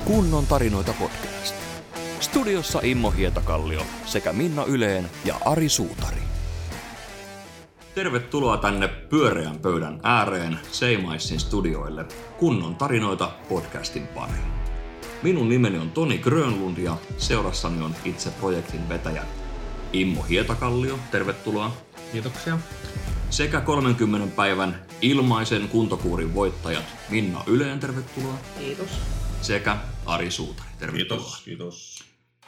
Kunnon tarinoita podcast. Studiossa Immo Hietakallio sekä Minna Yleen ja Ari Suutari. Tervetuloa tänne pyöreän pöydän ääreen Seimaisin studioille Kunnon tarinoita podcastin pariin. Minun nimeni on Toni Grönlund ja seurassani on itse projektin vetäjä Immo Hietakallio. Tervetuloa. Kiitoksia. Sekä 30 päivän ilmaisen kuntokuurin voittajat Minna Yleen, tervetuloa. Kiitos. Sekä Ari Suutari, tervetuloa. Kiitos.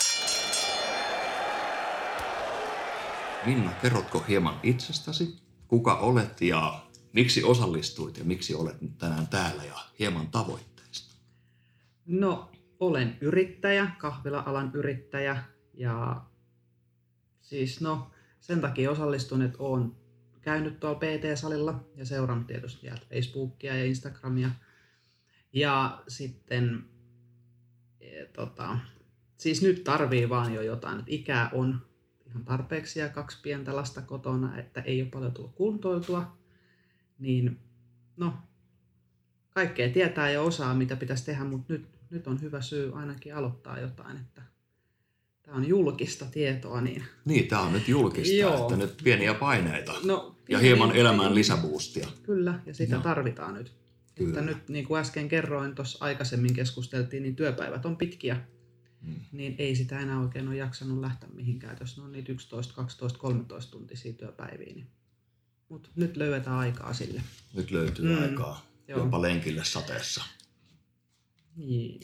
Minna, kerrotko hieman itsestäsi? Kuka olet ja miksi osallistuit ja miksi olet nyt tänään täällä ja hieman tavoitteista? No, olen yrittäjä, kahvila-alan yrittäjä ja siis sen takia osallistun, että olen käynyt tuolla PT-salilla ja seurannut tietysti Facebookia ja Instagramia. Ja sitten, siis nyt tarvii vaan jo jotain, että ikää on ihan tarpeeksi ja 2 pientä lasta kotona, että ei ole paljon tullut kuntoiltua. Niin, kaikkea tietää ja osaa, mitä pitäisi tehdä, mutta nyt on hyvä syy ainakin aloittaa jotain, että tämä on julkista tietoa. Niin, tämä on nyt julkista, Joo. Että nyt pieniä paineita ja pieni, hieman elämään lisäboostia. Kyllä, ja sitä Joo. tarvitaan nyt. Kyllä. Että nyt, niin kuin äsken kerroin, tuossa aikaisemmin keskusteltiin, niin työpäivät on pitkiä, niin ei sitä enää oikein ole jaksanut lähteä mihinkään, jos ne on niitä 11, 12, 13 tuntisia työpäiviä. Niin. Mutta nyt löydetään aikaa sille. Nyt löytyy aikaa, Joo. jopa lenkille sateessa. Niin.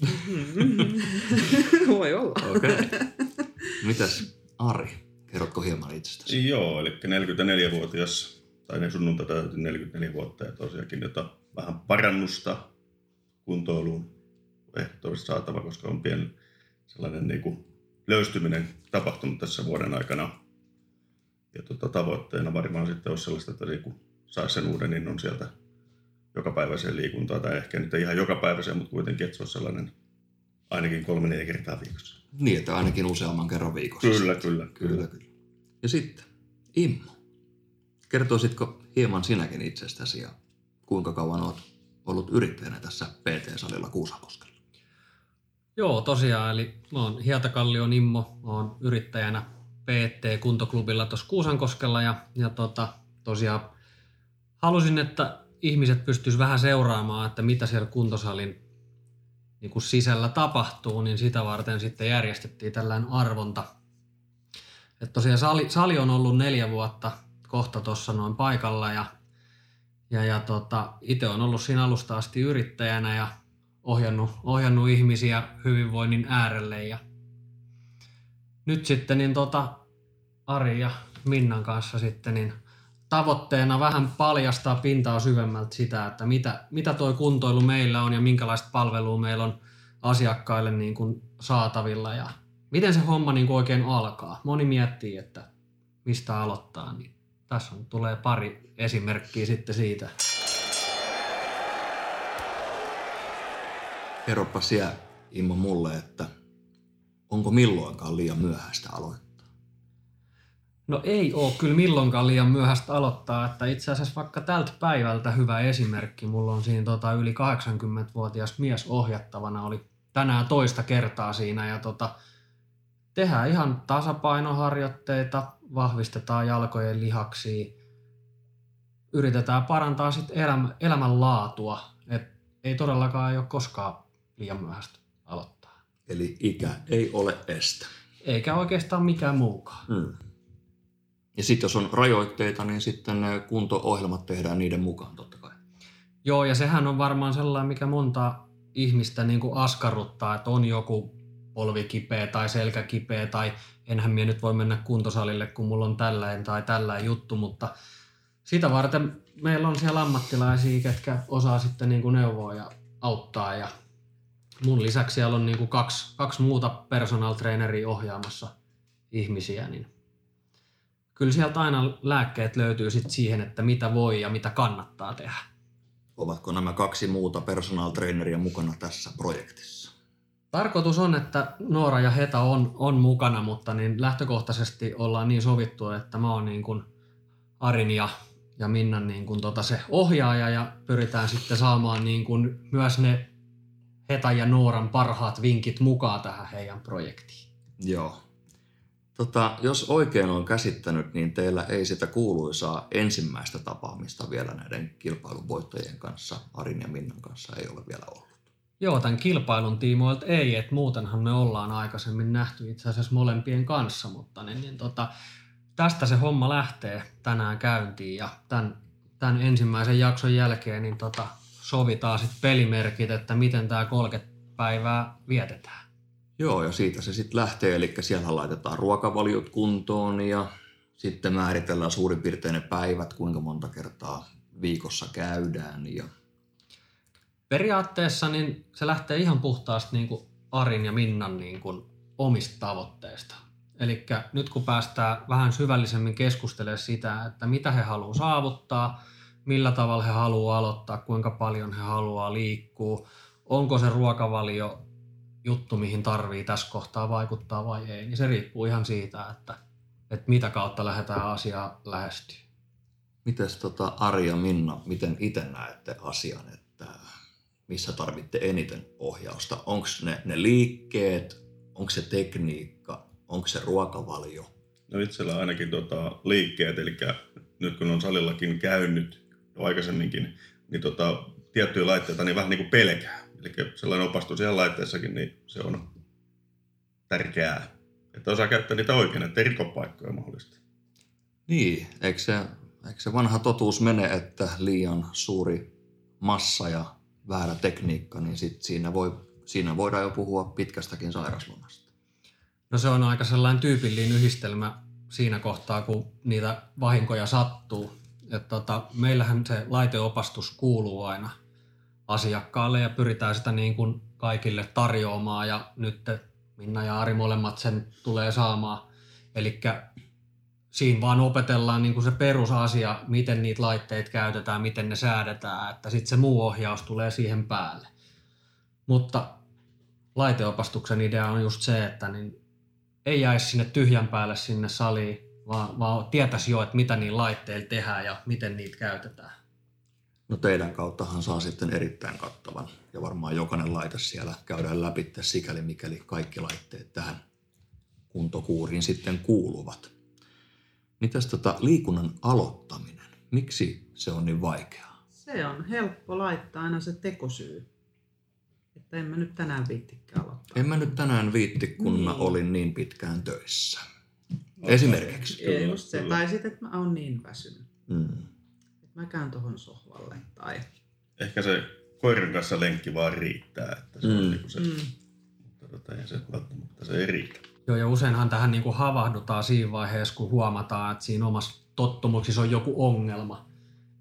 Voi olla. Okei. Mitäs Ari, kerrotko hieman itsestäsi? Joo, eli 44-vuotias, tai ne sunnuntai täytyy 44 vuotta ja tosiaankin vähän parannusta kuntoiluun ehdottomasti saatava, koska on pieni sellainen niin kuin löystyminen tapahtunut tässä vuoden aikana. Ja tavoitteena varmaan sitten olisi sellaista, että niin saisi sen uuden innon sieltä jokapäiväiseen liikuntaan, tai ehkä nyt ei ihan jokapäiväiseen, mutta kuitenkin, että se olisi sellainen ainakin 3-4 kertaa viikossa. Niin, että ainakin useamman kerran viikossa. Kyllä. Ja sitten Immo, kertoisitko hieman sinäkin itsestäsi ja kuinka kauan olet ollut yrittäjänä tässä PT-salilla Kuusakoskella? Joo, tosiaan. Eli mä oon Hietakallion Immo. Mä oon yrittäjänä PT-kuntoklubilla tuossa Kuusankoskella ja tosiaan halusin, että ihmiset pystyis vähän seuraamaan, että mitä siellä kuntosalin niin kuin sisällä tapahtuu, niin sitä varten sitten järjestettiin tällainen arvonta. Että tosiaan sali on ollut 4 vuotta kohta tuossa noin paikalla ja itse on ollut siinä alusta asti yrittäjänä ja ohjannut ihmisiä hyvinvoinnin äärelle ja nyt sitten niin Ari ja Minnan kanssa sitten niin tavoitteena vähän paljastaa pintaa syvemmältä sitä, että mitä toi kuntoilu meillä on ja minkälaista palvelua meillä on asiakkaille niin kuin saatavilla ja miten se homma niin kuin oikein alkaa. Moni miettii, että mistä aloittaa, niin tässä tulee pari esimerkkiä sitten siitä. Kerropa siellä, Immo, mulle, että onko milloinkaan liian myöhäistä aloittaa? No ei ole kyllä milloinkaan liian myöhäistä aloittaa, että itse asiassa vaikka tältä päivältä hyvä esimerkki. Mulla on siinä yli 80-vuotias mies ohjattavana, oli tänään toista kertaa siinä ja tehdään ihan tasapainoharjoitteita, vahvistetaan jalkojen lihaksia, yritetään parantaa sitten elämänlaatua, et ei todellakaan ole koskaan liian myöhäistä aloittaa. Eli ikä ei ole este. Eikä oikeastaan mikään muukaan. Ja sitten jos on rajoitteita, niin sitten ne kunto-ohjelmat tehdään niiden mukaan totta kai. Joo, ja sehän on varmaan sellainen, mikä monta ihmistä niin kuin askarruttaa, että on joku polvi kipeä tai selkä kipeä tai enhän minä nyt voi mennä kuntosalille, kun mulla on tällainen tai tällainen juttu, mutta sitä varten meillä on siellä ammattilaisia, ketkä osaa sitten niin kuin neuvoa ja auttaa ja mun lisäksi siellä on niin kuin kaksi muuta personal traineria ohjaamassa ihmisiä, niin kyllä sieltä aina lääkkeet löytyy sit siihen, että mitä voi ja mitä kannattaa tehdä. Ovatko nämä 2 muuta personal traineria mukana tässä projektissa? Tarkoitus on, että Noora ja Heta on mukana, mutta niin lähtökohtaisesti ollaan niin sovittu, että mä oon niin kuin Arin ja Minnan niin kuin se ohjaaja ja pyritään sitten saamaan niin kuin myös ne Hetan ja Nooran parhaat vinkit mukaan tähän heidän projektiin. Joo. Jos oikein on käsittänyt, niin teillä ei sitä kuuluisaa ensimmäistä tapaamista vielä näiden kilpailun voittajien kanssa, Arin ja Minnan kanssa, ei ole vielä ollut. Joo, tämän kilpailun tiimoilta ei, että muutenhan me ollaan aikaisemmin nähty itse asiassa molempien kanssa, mutta tästä se homma lähtee tänään käyntiin ja tämän ensimmäisen jakson jälkeen niin sovitaan sitten pelimerkit, että miten tämä 30 päivää vietetään. Joo, ja siitä se sitten lähtee, eli siellä laitetaan ruokavaliot kuntoon ja sitten määritellään suurin piirtein ne päivät, kuinka monta kertaa viikossa käydään. Ja periaatteessa niin se lähtee ihan puhtaasti niin kuin Arin ja Minnan niin kuin omista tavoitteista. Eli nyt kun päästään vähän syvällisemmin keskustelemaan sitä, että mitä he haluaa saavuttaa, millä tavalla he haluaa aloittaa, kuinka paljon he haluaa liikkua, onko se ruokavalio juttu, mihin tarvii tässä kohtaa vaikuttaa vai ei, niin se riippuu ihan siitä, että mitä kautta lähdetään asiaa lähestyä. Mites Ari ja Minna, miten itse näette asian, että missä tarvitte eniten ohjausta? Onko ne liikkeet, onko se tekniikka, onko se ruokavalio? No itsellä ainakin liikkeet, eli nyt kun on salillakin käynyt jo aikaisemminkin, niin tiettyjä laitteita niin vähän niin kuin pelkää. Eli sellainen opastus siellä laitteessakin, niin se on tärkeää, että osaa käyttää niitä oikein, että ei rikopaikkoja mahdollisesti. Niin, eikö se vanha totuus mene, että liian suuri massa ja väärä tekniikka, niin sit siinä voidaan jo puhua pitkästäkin sairaslomasta. No se on aika sellainen tyypillinen yhdistelmä siinä kohtaa, kun niitä vahinkoja sattuu. Meillähän se laiteopastus kuuluu aina asiakkaalle ja pyritään sitä niin kuin kaikille tarjoamaan ja nyt Minna ja Ari molemmat sen tulee saamaan. Eli siinä vaan opetellaan niin kuin se perusasia, miten niitä laitteita käytetään, miten ne säädetään, että sitten se muu ohjaus tulee siihen päälle. Mutta laiteopastuksen idea on just se, että niin ei jäisi sinne tyhjän päälle sinne saliin, vaan tietäisi jo, että mitä niillä laitteilla tehdään ja miten niitä käytetään. No teidän kauttahan saa sitten erittäin kattavan ja varmaan jokainen laite siellä käydään läpi sikäli mikäli kaikki laitteet tähän kuntokuuriin sitten kuuluvat. Mitäs liikunnan aloittaminen? Miksi se on niin vaikeaa? Se on helppo laittaa aina se tekosyy. Että en mä nyt tänään viittikään aloittaa. En mä nyt tänään viitti, kun mä olin niin pitkään töissä. Esimerkiksi. Ei just se. Tai sitten, että mä oon niin väsynyt. Mm. Että mä käyn tohon sohvalle. Tai Ehkä se koiran kanssa lenkki vaan riittää, että se on niin kuin se. Mutta ei se välttämättä se ei riitä. Joo, ja useinhan tähän niin kuin havahdutaan siinä vaiheessa, kun huomataan, että siinä omassa tottumuksissa on joku ongelma.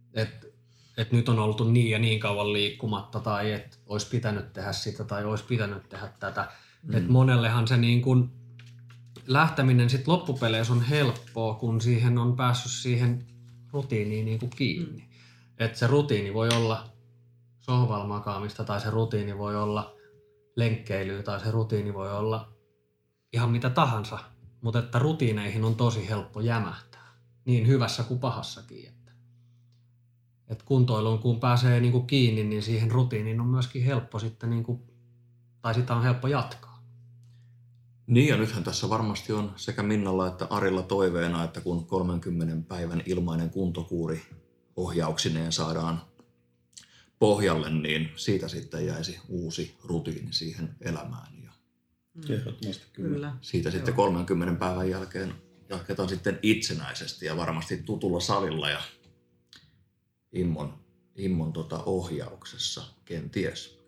Että nyt on oltu niin ja niin kauan liikkumatta tai että olisi pitänyt tehdä sitä tai olisi pitänyt tehdä tätä. Että monellehan se niin kuin lähteminen sit loppupeleissä on helppoa, kun siihen on päässyt siihen rutiiniin niin kuin kiinni. Että se rutiini voi olla sohvalla makaamista tai se rutiini voi olla lenkkeilyä tai se rutiini voi olla ihan mitä tahansa, mutta että rutiineihin on tosi helppo jämähtää, niin hyvässä kuin pahassakin. Että kuntoiluun kun pääsee niinku kiinni, niin siihen rutiiniin on myöskin helppo sitten, tai sitä on helppo jatkaa. Niin ja nythän tässä varmasti on sekä Minnalla että Arilla toiveena, että kun 30 päivän ilmainen kuntokuuri ohjauksineen saadaan pohjalle, niin siitä sitten jäisi uusi rutiini siihen elämään. Ehdottomasti kyllä. Siitä sitten 30 päivän jälkeen jatketaan sitten itsenäisesti ja varmasti tutulla salilla ja Immon ohjauksessa, kenties.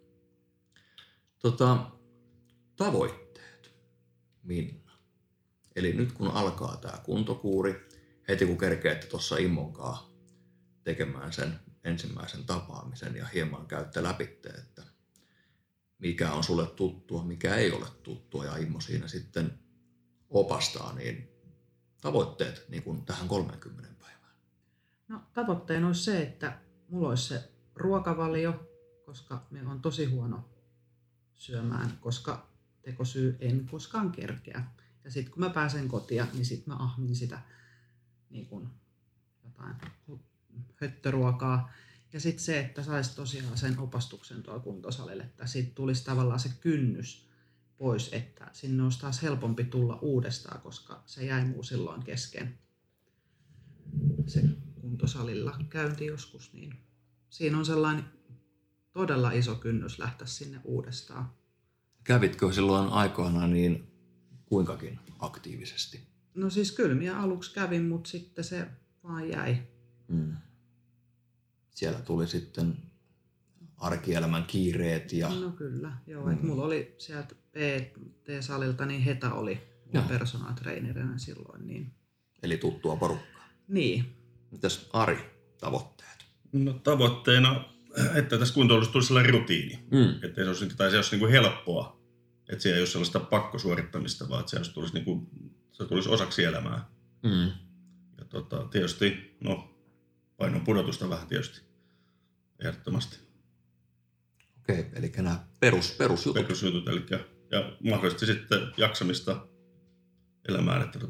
Tavoitteet, Minna. Eli nyt kun alkaa tämä kuntokuuri, heti kun kerkeette tuossa Immonkaan tekemään sen ensimmäisen tapaamisen ja hieman käytte läpitte, että mikä on sulle tuttua, mikä ei ole tuttua ja Immo siinä sitten opastaa, niin tavoitteet niin kuin tähän 30 päivään. No tavoitteena olisi se, että mulla olisi se ruokavalio, koska me on tosi huono syömään, koska tekosyy en koskaan kerkeä. Ja sitten kun mä pääsen kotia, niin sitten mä ahmin sitä niin kuin jotain höttöruokaa. Ja sitten se, että saisi tosiaan sen opastuksen tuolla kuntosalille, että siitä tulisi tavallaan se kynnys pois, että sinne olisi taas helpompi tulla uudestaan, koska se jäi muu silloin kesken se kuntosalilla käynti joskus, niin siinä on sellainen todella iso kynnys lähteä sinne uudestaan. Kävitkö silloin aikoinaan niin kuinkakin aktiivisesti? No siis kyllä minä aluksi kävin, mutta sitten se vaan jäi. Siellä tuli sitten arkielämän kiireet ja... No kyllä, joo. Et mulla oli sieltä PT-salilta, niin Heta oli personal trainerina silloin. Niin... Eli tuttua porukkaa. Niin. Mitäs Ari, tavoitteet? No tavoitteena, että tässä kuntoilussa tulisi sellainen rutiini. Että se olisi niin kuin helppoa. Että siellä ei ole sellaista pakkosuorittamista, vaan että se tulisi osaksi elämää. Ja tietysti, painon pudotusta vähän tietysti. Ehdottomasti. Okei, eli nämä perusjutut. Perusjutut, ja mahdollisesti sitten jaksamista elämään, että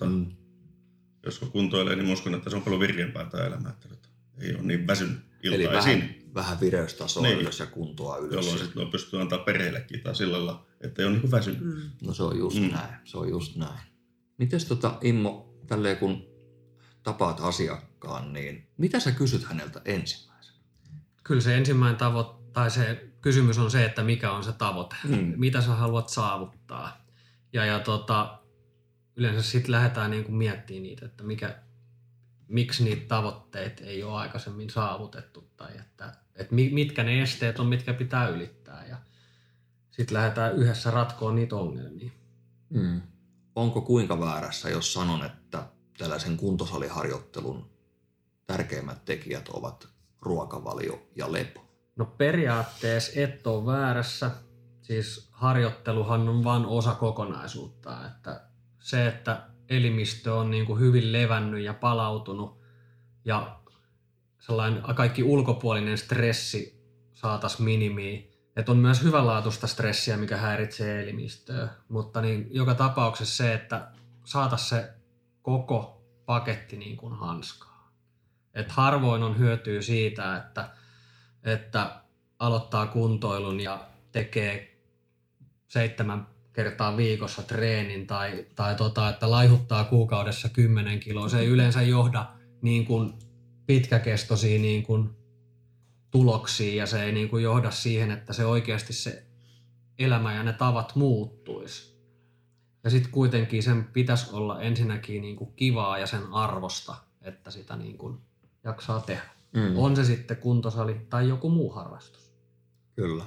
jos kuntoilee, niin uskon, että se on paljon virkeämpää tämä elämä, että ei ole niin väsynyt iltaisin. Eli vähän vireystasoa ylös ja kuntoa ylös. Jolloin sitten pystyy antaa perheellekin tai sillä lailla, että ei ole niin väsynyt. No se on just näin. Mites Immo, tälleen kun tapaat asiakkaan, niin mitä sä kysyt häneltä ensimmäisenä? Kyllä se ensimmäinen tai se kysymys on se, että mikä on se tavoite. Mitä sä haluat saavuttaa. Ja yleensä sitten lähdetään niin kuin miettimään niitä, että miksi niitä tavoitteita ei ole aikaisemmin saavutettu. Tai että mitkä ne esteet on, mitkä pitää ylittää. Ja sitten lähdetään yhdessä ratkoon niitä ongelmia. Onko kuinka väärässä, jos sanon, että tällaisen kuntosaliharjoittelun tärkeimmät tekijät ovat ruokavalio ja lepo? No periaatteessa et ole väärässä. Siis harjoitteluhan on vain osa kokonaisuutta. Että se, että elimistö on niin kuin hyvin levännyt ja palautunut ja sellainen kaikki ulkopuolinen stressi saataisiin minimiin. Että on myös hyvänlaatuista stressiä, mikä häiritsee elimistöä. Mutta niin joka tapauksessa se, että saataisiin se koko paketti niin kuin hanskaa. Et harvoin on hyötyä siitä, että aloittaa kuntoilun ja tekee 7 kertaa viikossa treenin tai että laihuttaa kuukaudessa 10 kiloa. Se ei yleensä johda niin kuin pitkäkestoisia niin kuin tuloksiin ja se ei niin kuin johda siihen, että se oikeasti se elämä ja ne tavat muuttuisi. Ja sitten kuitenkin sen pitäisi olla ensinnäkin niin kuin kivaa ja sen arvosta, että sitä niin kuin jaksaa tehdä. On se sitten kuntosali tai joku muu harrastus. Kyllä.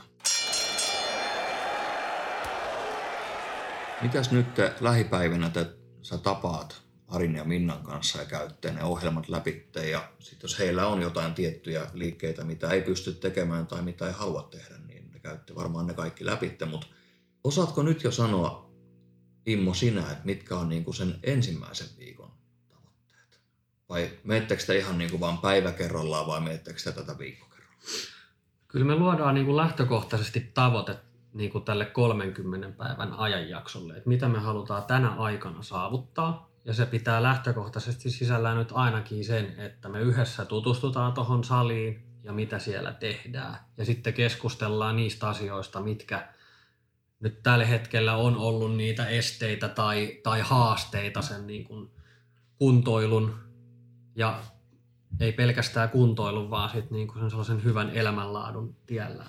Mitäs nyt lähipäivinä sä tapaat Arin ja Minnan kanssa ja käytte ne ohjelmat läpi, ja sitten jos heillä on jotain tiettyjä liikkeitä, mitä ei pysty tekemään tai mitä ei halua tehdä, niin ne käytte varmaan ne kaikki läpi. Mutta osaatko nyt jo sanoa, Immo, sinä, että mitkä on niinku sen ensimmäisen viikon tavoitteet? Vai meettekö te ihan niinku vaan päivä kerrallaan vai meettekö te tätä viikko kerrallaan? Kyllä me luodaan niinku lähtökohtaisesti tavoite niinku tälle 30 päivän ajanjaksolle, että mitä me halutaan tänä aikana saavuttaa. Ja se pitää lähtökohtaisesti sisällään nyt ainakin sen, että me yhdessä tutustutaan tuohon saliin ja mitä siellä tehdään. Ja sitten keskustellaan niistä asioista, mitkä nyt tällä hetkellä on ollut niitä esteitä tai haasteita sen niin kuin kuntoilun ja ei pelkästään kuntoilun, vaan sitten niin kuin sen sellaisen hyvän elämänlaadun tiellä,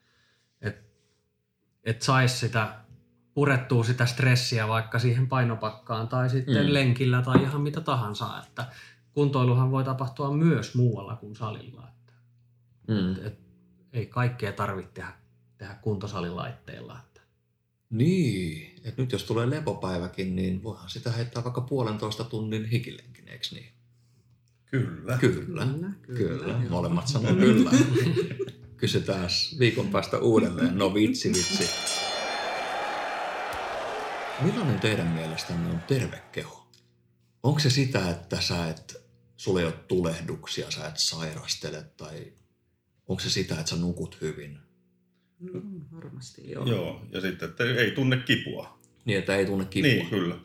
että saisi sitä purettua sitä stressiä vaikka siihen painopakkaan tai sitten lenkillä tai ihan mitä tahansa, että kuntoiluhan voi tapahtua myös muualla kuin salilla, että ei kaikkea tarvitse tehdä kuntosalilaitteilla. Niin, että nyt jos tulee lepopäiväkin, niin voihan sitä heittää vaikka 1,5 tunnin hikilenkin, eikö niin? Kyllä. Molemmat sanoo kyllä. Kysytään viikon päästä uudelleen. No vitsi. Millainen teidän mielestänne on terve keho? Onko se sitä, että sulla ei ole tulehduksia, sä et sairastele, tai onko se sitä, että sä nukut hyvin? No, varmasti joo. Joo, ja sitten, että ei tunne kipua. Niin, että ei tunne kipua. Niin, kyllä.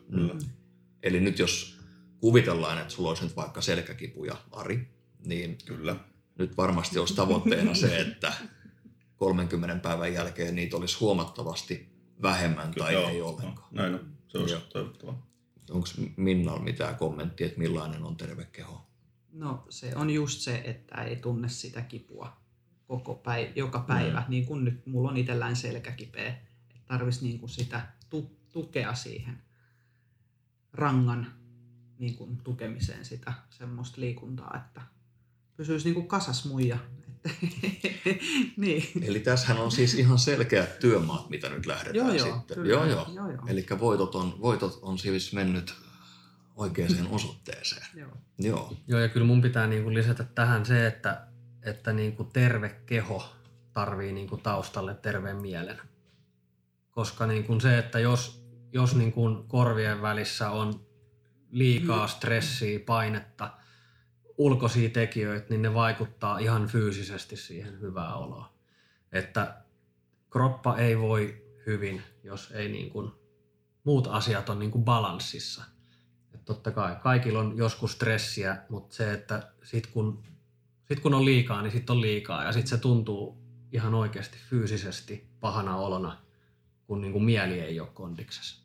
Eli nyt jos kuvitellaan, että sulla olisi nyt vaikka selkäkipuja, Ari, niin kyllä. nyt varmasti olisi tavoitteena se, että 30 päivän jälkeen niitä olisi huomattavasti vähemmän tai ei ollenkaan. Näin on. Se olisi toivottavaa. Onko Minnalla mitään kommenttia, että millainen on terve keho? No se on just se, että ei tunne sitä kipua joka päivä. Niin kuin nyt mulla on itsellään selkäkipeä. Tarvitsisi niin kuin sitä tukea siihen rangan niin kuin tukemiseen sitä semmoista liikuntaa, että pysyisi niin kuin kasas muija. Niin. Eli tässähän on siis ihan selkeät työmaat, mitä nyt lähdetään sitten. Kyllä. Joo. Eli voitot on siis mennyt oikeaan osoitteeseen. Joo, ja kyllä mun pitää niinku lisätä tähän se, että niinku terve keho tarvii niinku taustalle terveen mielen. Koska niinku se, että jos niinku korvien välissä on liikaa stressiä, painetta, ulkoisia tekijöitä, niin ne vaikuttaa ihan fyysisesti siihen hyvään oloon. Että kroppa ei voi hyvin, jos ei niinku muut asiat on niinku balanssissa. Et totta kai kaikilla on joskus stressiä, mutta se, että sit kun on liikaa, niin sit on liikaa. Ja sit se tuntuu ihan oikeasti fyysisesti pahana olona, kun niinku mieli ei ole kondiksessa.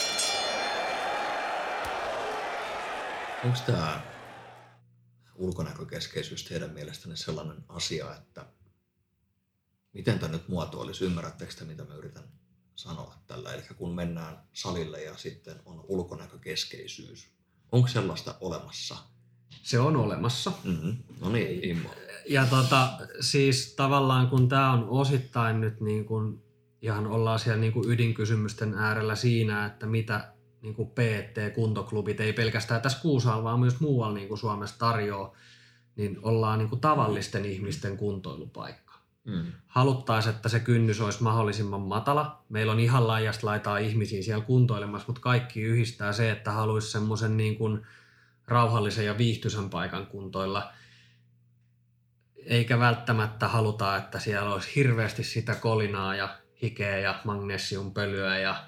Onko tämä ulkonäkökeskeisyys teidän mielestänne sellainen asia, että miten tämä nyt muotoilisi? Ymmärrättekö te, mitä mä yritän sanoa tällä? Eli kun mennään salille ja sitten on ulkonäkökeskeisyys. Onko sellaista olemassa? Se on olemassa. Mm-hmm. No niin, Immo. Ja siis tavallaan kun tämä on osittain nyt niin kun ihan ollaan siellä niin kun ydinkysymysten äärellä siinä, että mitä niin kuin PT-kuntoklubit ei pelkästään tässä Kuusaalla, vaan myös muualla niin kuin Suomessa tarjoaa, niin ollaan niin kuin tavallisten ihmisten kuntoilupaikka. Haluttaisiin, että se kynnys olisi mahdollisimman matala. Meillä on ihan laajasta laitaa ihmisiä siellä kuntoilemassa, mutta kaikki yhdistää se, että haluaisi semmoisen niin kuin rauhallisen ja viihtyisän paikan kuntoilla. Eikä välttämättä haluta, että siellä olisi hirveästi sitä kolinaa ja hikeä ja magnesiumpölyä ja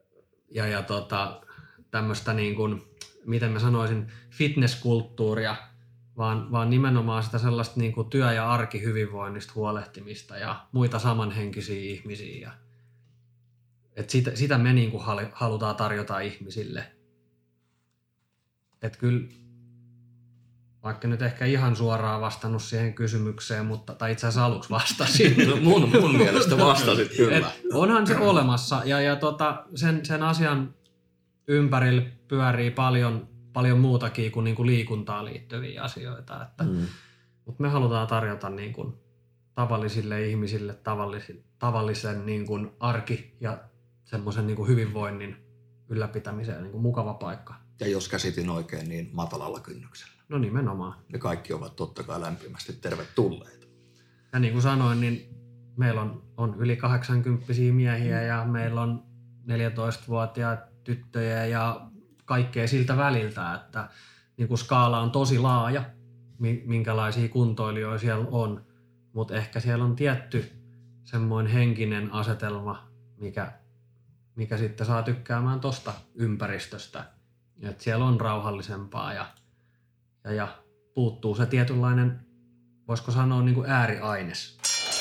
tämmöistä niin kuin, miten mä sanoisin, fitnesskulttuuria, vaan nimenomaan sitä sellaista niin kuin työ- ja arkihyvinvoinnista huolehtimista ja muita samanhenkisiä ihmisiä. Et sitä me niin kuin halutaan tarjota ihmisille. Et kyllä, vaikka nyt ehkä ihan suoraan vastannut siihen kysymykseen, tai itse asiassa aluksi vastasin. No mun mielestä vastasit kyllä. Onhan se olemassa ja sen asian ympärillä pyörii paljon muutakin kuin niinku liikuntaan liittyviä asioita. Mutta me halutaan tarjota niinku tavallisille ihmisille tavallisen niinku arki ja semmoisen niinku hyvinvoinnin ylläpitämiseen niinku mukava paikka. Ja jos käsitin oikein, niin matalalla kynnyksellä. No nimenomaan. Ne kaikki ovat totta kai lämpimästi tervetulleita. Ja niin kuin sanoin, niin meillä on yli 80-vuotiaita miehiä ja meillä on 14-vuotiaita tyttöjä ja kaikkea siltä väliltä, että niin kuin skaala on tosi laaja, minkälaisia kuntoilijoita siellä on, mutta ehkä siellä on tietty semmoinen henkinen asetelma, mikä sitten saa tykkäämään tosta ympäristöstä. Että siellä on rauhallisempaa ja puuttuu se tietynlainen, voisiko sanoa, niin kuin ääriaines.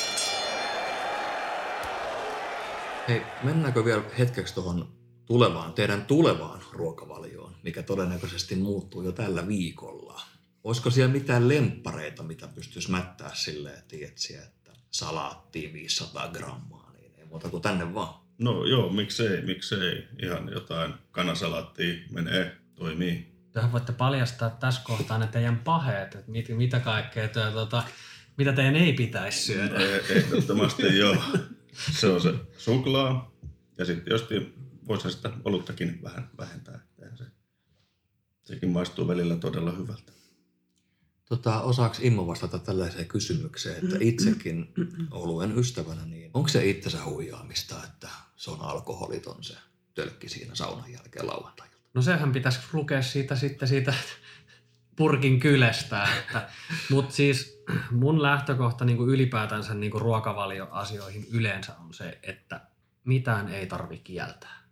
Hei, mennäänkö vielä hetkeksi tuohon teidän tulevaan ruokavalioon, mikä todennäköisesti muuttuu jo tällä viikolla? Olisiko siellä mitään lemppareita, mitä pystyisi mättää silleen, että salaattia 500 grammaa, niin ei muuta kuin tänne vaan. No joo, miksei. Ihan jotain kanasalaattia toimii. Tähän voitte paljastaa tässä kohtaa ne teidän paheet, että mitä kaikkea mitä teidän ei pitäisi syödä. Ehdottomasti joo. Se on se suklaa ja sitten jostain voisi sitä oluttakin vähän vähentää. Sekin maistuu välillä todella hyvältä. Osaako Immo vastata tällaiseen kysymykseen, että itsekin oluen ystävänä, niin onko se itsensä huijaamista, että se on alkoholiton se tölkki siinä saunan jälkeen lauantailta? No sehän pitäisi lukea siitä purkin kylestä. Mutta siis mun lähtökohta niin kuin ylipäätänsä niin kuin ruokavalioasioihin yleensä on se, että mitään ei tarvitse kieltää.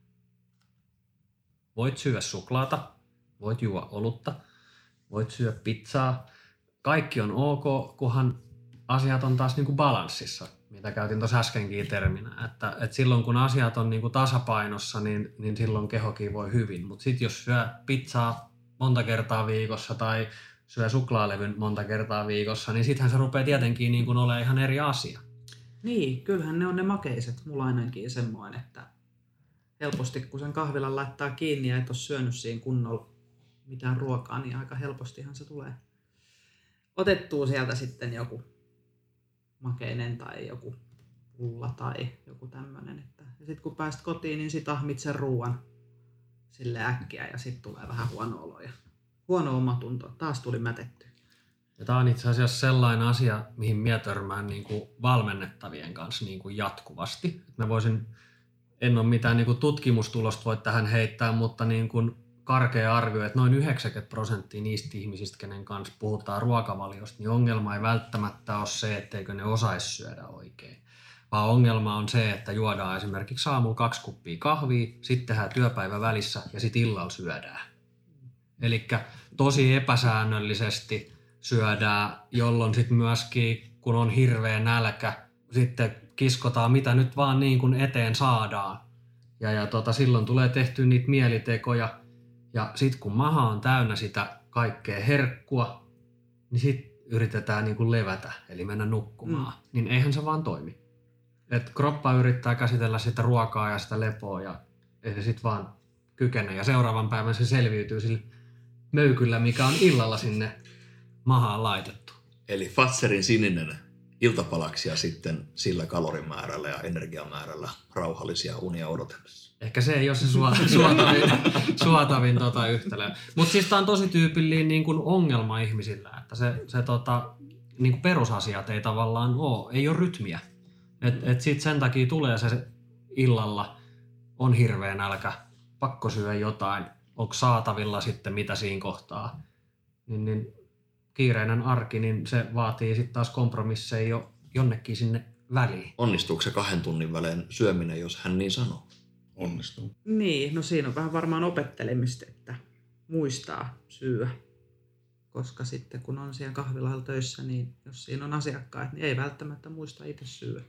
Voit syödä suklaata, voit juoda olutta, voit syödä pizzaa, kaikki on ok, kunhan asiat on taas niin kuin balanssissa, mitä käytin tuossa äskenkin terminä. Että silloin kun asiat on niin kuin tasapainossa, niin silloin kehokin voi hyvin. Mutta sitten jos syö pizzaa monta kertaa viikossa tai syö suklaalevyn monta kertaa viikossa, niin sittenhän se rupeaa tietenkin niin kuin olemaan ihan eri asia. Niin, kyllähän ne on ne makeiset. Mulla ainakin semmoinen, että helposti kun sen kahvilan laittaa kiinni ja et ole syönyt siinä kunnolla mitään ruokaa, niin aika helpostihan se tulee otettua sieltä sitten joku makeinen tai joku pulla tai joku tämmöinen. Ja sitten kun pääst kotiin, niin sit ahmit sen ruuan sille äkkiä ja sitten tulee vähän huono olo ja huono omatunto. Taas tuli mätetty. Ja tämä on itse asiassa sellainen asia, mihin minä törmään niin kuin valmennettavien kanssa niin kuin jatkuvasti. En ole mitään niin kuin tutkimustulosta voi tähän heittää, mutta niin kuin karkea arvio, että noin 90% niistä ihmisistä, kenen kanssa puhutaan ruokavaliosta, niin ongelma ei välttämättä ole se, etteikö ne osaisi syödä oikein. Vaan ongelma on se, että juodaan esimerkiksi aamulla 2 kuppia kahvia, sitten tehdään työpäivä välissä ja sitten illalla syödään. Eli tosi epäsäännöllisesti syödään, jolloin sitten myöskin, kun on hirveä nälkä, sitten kiskotaan mitä nyt vaan niin kuin eteen saadaan. Ja silloin tulee tehtyä niitä mielitekoja. Ja sitten kun maha on täynnä sitä kaikkea herkkua, niin sitten yritetään niin kuin levätä, eli mennä nukkumaan. Niin eihän se vaan toimi. Et kroppa yrittää käsitellä sitä ruokaa ja sitä lepoa ja ei se sitten vaan kykene. Ja seuraavan päivän se selviytyy sillä möykyllä, mikä on illalla sinne mahaan laitettu. Eli Fatserin sininen iltapalaksi ja sitten sillä kalorimäärällä ja energiamäärällä rauhallisia unia odotellessa. Ehkä se ei ole se suotavin yhtälö. Mutta siis tämä on tosi tyypillinen niin kuin ongelma ihmisillä, että niin kuin perusasiat ei tavallaan ole, ei ole rytmiä. Et sitten sen takia tulee se illalla, on hirveä nälkä, pakko syödä jotain, onko saatavilla sitten mitä siinä kohtaa. Niin kiireinen arki, niin se vaatii sitten taas kompromisseja jo jonnekin sinne väliin. Onnistuuko se 2 tunnin välein syöminen, jos hän niin sanoo? Onnistuu. Niin, no siinä on vähän varmaan opettelemista, että muistaa syödä. Koska sitten kun on siellä kahvilalla töissä, niin jos siinä on asiakkaat, niin ei välttämättä muista itse syödä.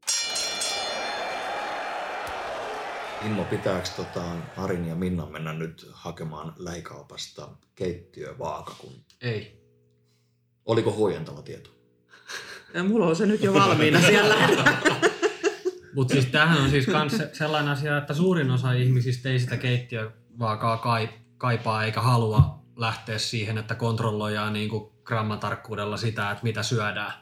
Immo, pitääkö Arin ja Minnan mennä nyt hakemaan lähikaupasta keittiövaaka? Ei. Oliko huojentava tieto? Ja mulla on se nyt jo valmiina siellä. Mutta siis tämähän on siis kans sellainen asia, että suurin osa ihmisistä ei sitä keittiövaakaa kaipaa eikä halua lähteä siihen, että kontrolloidaan niinku grammatarkkuudella sitä, että mitä syödään.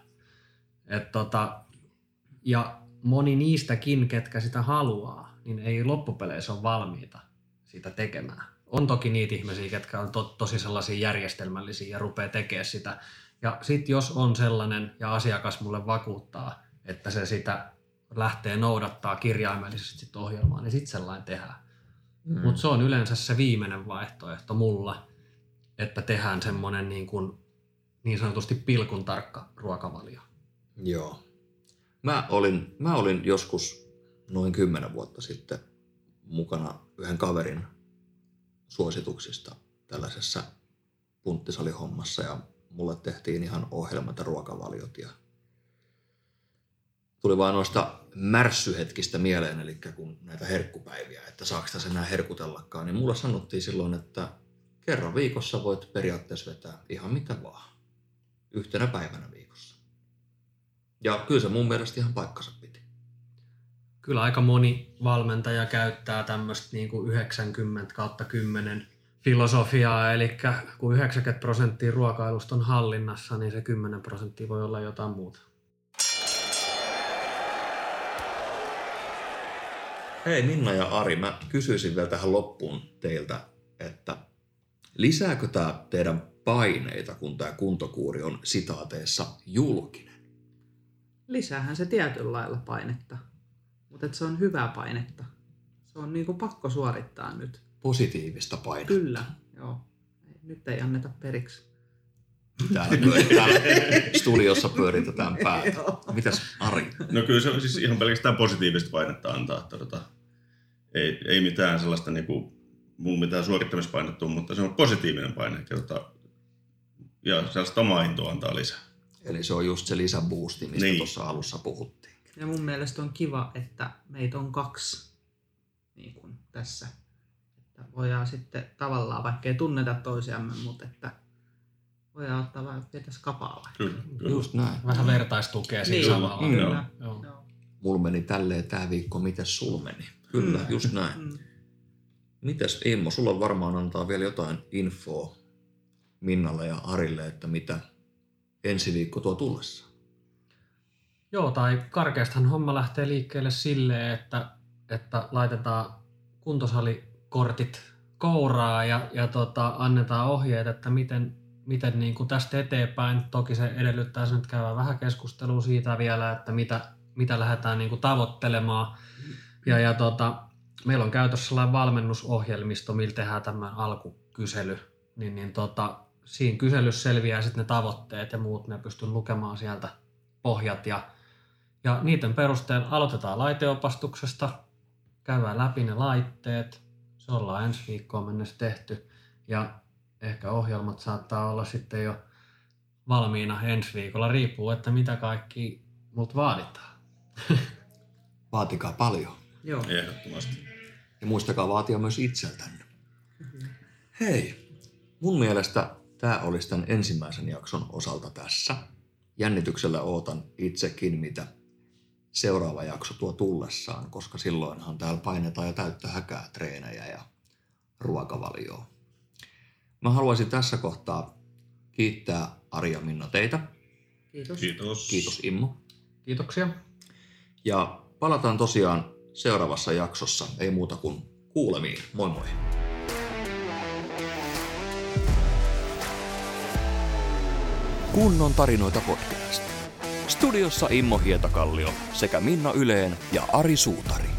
Ja moni niistäkin, ketkä sitä haluaa, niin ei loppupeleissä ole valmiita sitä tekemään. On toki niitä ihmisiä, ketkä on tosi sellaisia järjestelmällisiä ja rupeaa tekemään sitä. Ja sitten jos on sellainen ja asiakas mulle vakuuttaa, että se sitä lähtee noudattaa kirjaimellisesti sit ohjelmaa, niin sitten sellainen tehdään. Mutta se on yleensä se viimeinen vaihtoehto mulla, että tehdään semmoinen niin sanotusti pilkun tarkka ruokavalio. Joo. Mä olin joskus noin 10 vuotta sitten mukana yhden kaverin suosituksista tällaisessa punttisalihommassa ja mulle tehtiin ihan ohjelmat ja ruokavaliot ja tuli vaan noista märssyhetkistä mieleen, eli kun näitä herkkupäiviä, että saako tässä enää herkutellakaan, niin mulle sanottiin silloin, että kerran viikossa voit periaatteessa vetää ihan mitä vaan. Yhtenä päivänä viikossa. Ja kyllä se mun mielestä ihan paikkansa piti. Kyllä aika moni valmentaja käyttää tämmöistä niin kuin 90/10 filosofiaa, eli kun 90% ruokailusta on hallinnassa, niin se 10% voi olla jotain muuta. Hei Minna ja Ari, mä kysyisin vielä tähän loppuun teiltä, että lisääkö tämä teidän paineita, kun tämä kuntokuuri on sitaateessa julkinen? Lisäähän se tietyllä lailla painetta, mutta se on hyvää painetta. Se on niin kuin pakko suorittaa nyt. Positiivista painetta. Kyllä, joo. Nyt ei anneta periksi. Täällä studiossa pyöritetään päätä. Mitäs Ari? No kyllä se on siis ihan pelkästään positiivista painetta antaa. Ei mitään sellaista, mulla mitään suorittamispainetta, mutta se on positiivinen paine. ja sellaista omaa intoa antaa lisää. Eli se on just se lisäboosti, mistä Niin. tuossa alussa puhuttiin. Ja mun mielestä on kiva, että meitä on 2 niin kuin tässä. Että voidaan sitten tavallaan, vaikka ei tunneta toisiamme, mutta että voidaan ottaa vaikka tässä kapaa. Kyllä. Just näin. Vähän vertaistukea siinä Niin, samalla. kyllä. Joo. Joo. Mulla meni tälleen tää viikko, mites sul meni? Kyllä, just näin. Mites Immo, sulla on varmaan antaa vielä jotain infoa Minnalle ja Arille, että mitä ensi viikko tuo tullessa? Joo, tai karkeastahan homma lähtee liikkeelle silleen, että laitetaan kuntosalikortit kouraa ja annetaan ohjeet, että miten niin kuin tästä eteenpäin. Toki se edellyttää sen, että käydään vähän keskustelua siitä vielä, että mitä lähdetään niin kuin tavoittelemaan. Ja meillä on käytössä sellainen valmennusohjelmisto, millä tehdään tämmöinen alkukysely. Siinä kyselyssä selviää sitten ne tavoitteet ja muut, ne pystyy lukemaan sieltä pohjat. Ja niiden perusteella aloitetaan laiteopastuksesta, käydään läpi ne laitteet. Se ollaan ensi viikkoon mennessä tehty. Ja ehkä ohjelmat saattaa olla sitten jo valmiina ensi viikolla, riippuu, että mitä kaikki multa vaaditaan. Vaatikaa paljon. Joo. Ehdottomasti. Ja muistakaa vaatia myös itseltänne. Hei, mun mielestä tää olisi tämän ensimmäisen jakson osalta tässä. Jännityksellä ootan itsekin, mitä seuraava jakso tuo tullessaan, koska silloinhan täällä painetaan jo täyttä häkää treenejä ja ruokavalioa. Mä haluaisin tässä kohtaa kiittää Ari ja Minna teitä. Kiitos. Kiitos. Kiitos Immo. Kiitoksia. Ja palataan tosiaan seuraavassa jaksossa. Ei muuta kuin kuulemiin. Moi moi. Kunnon tarinoita podcast. Studiossa Immo Hietakallio sekä Minna Yleen ja Ari Suutari.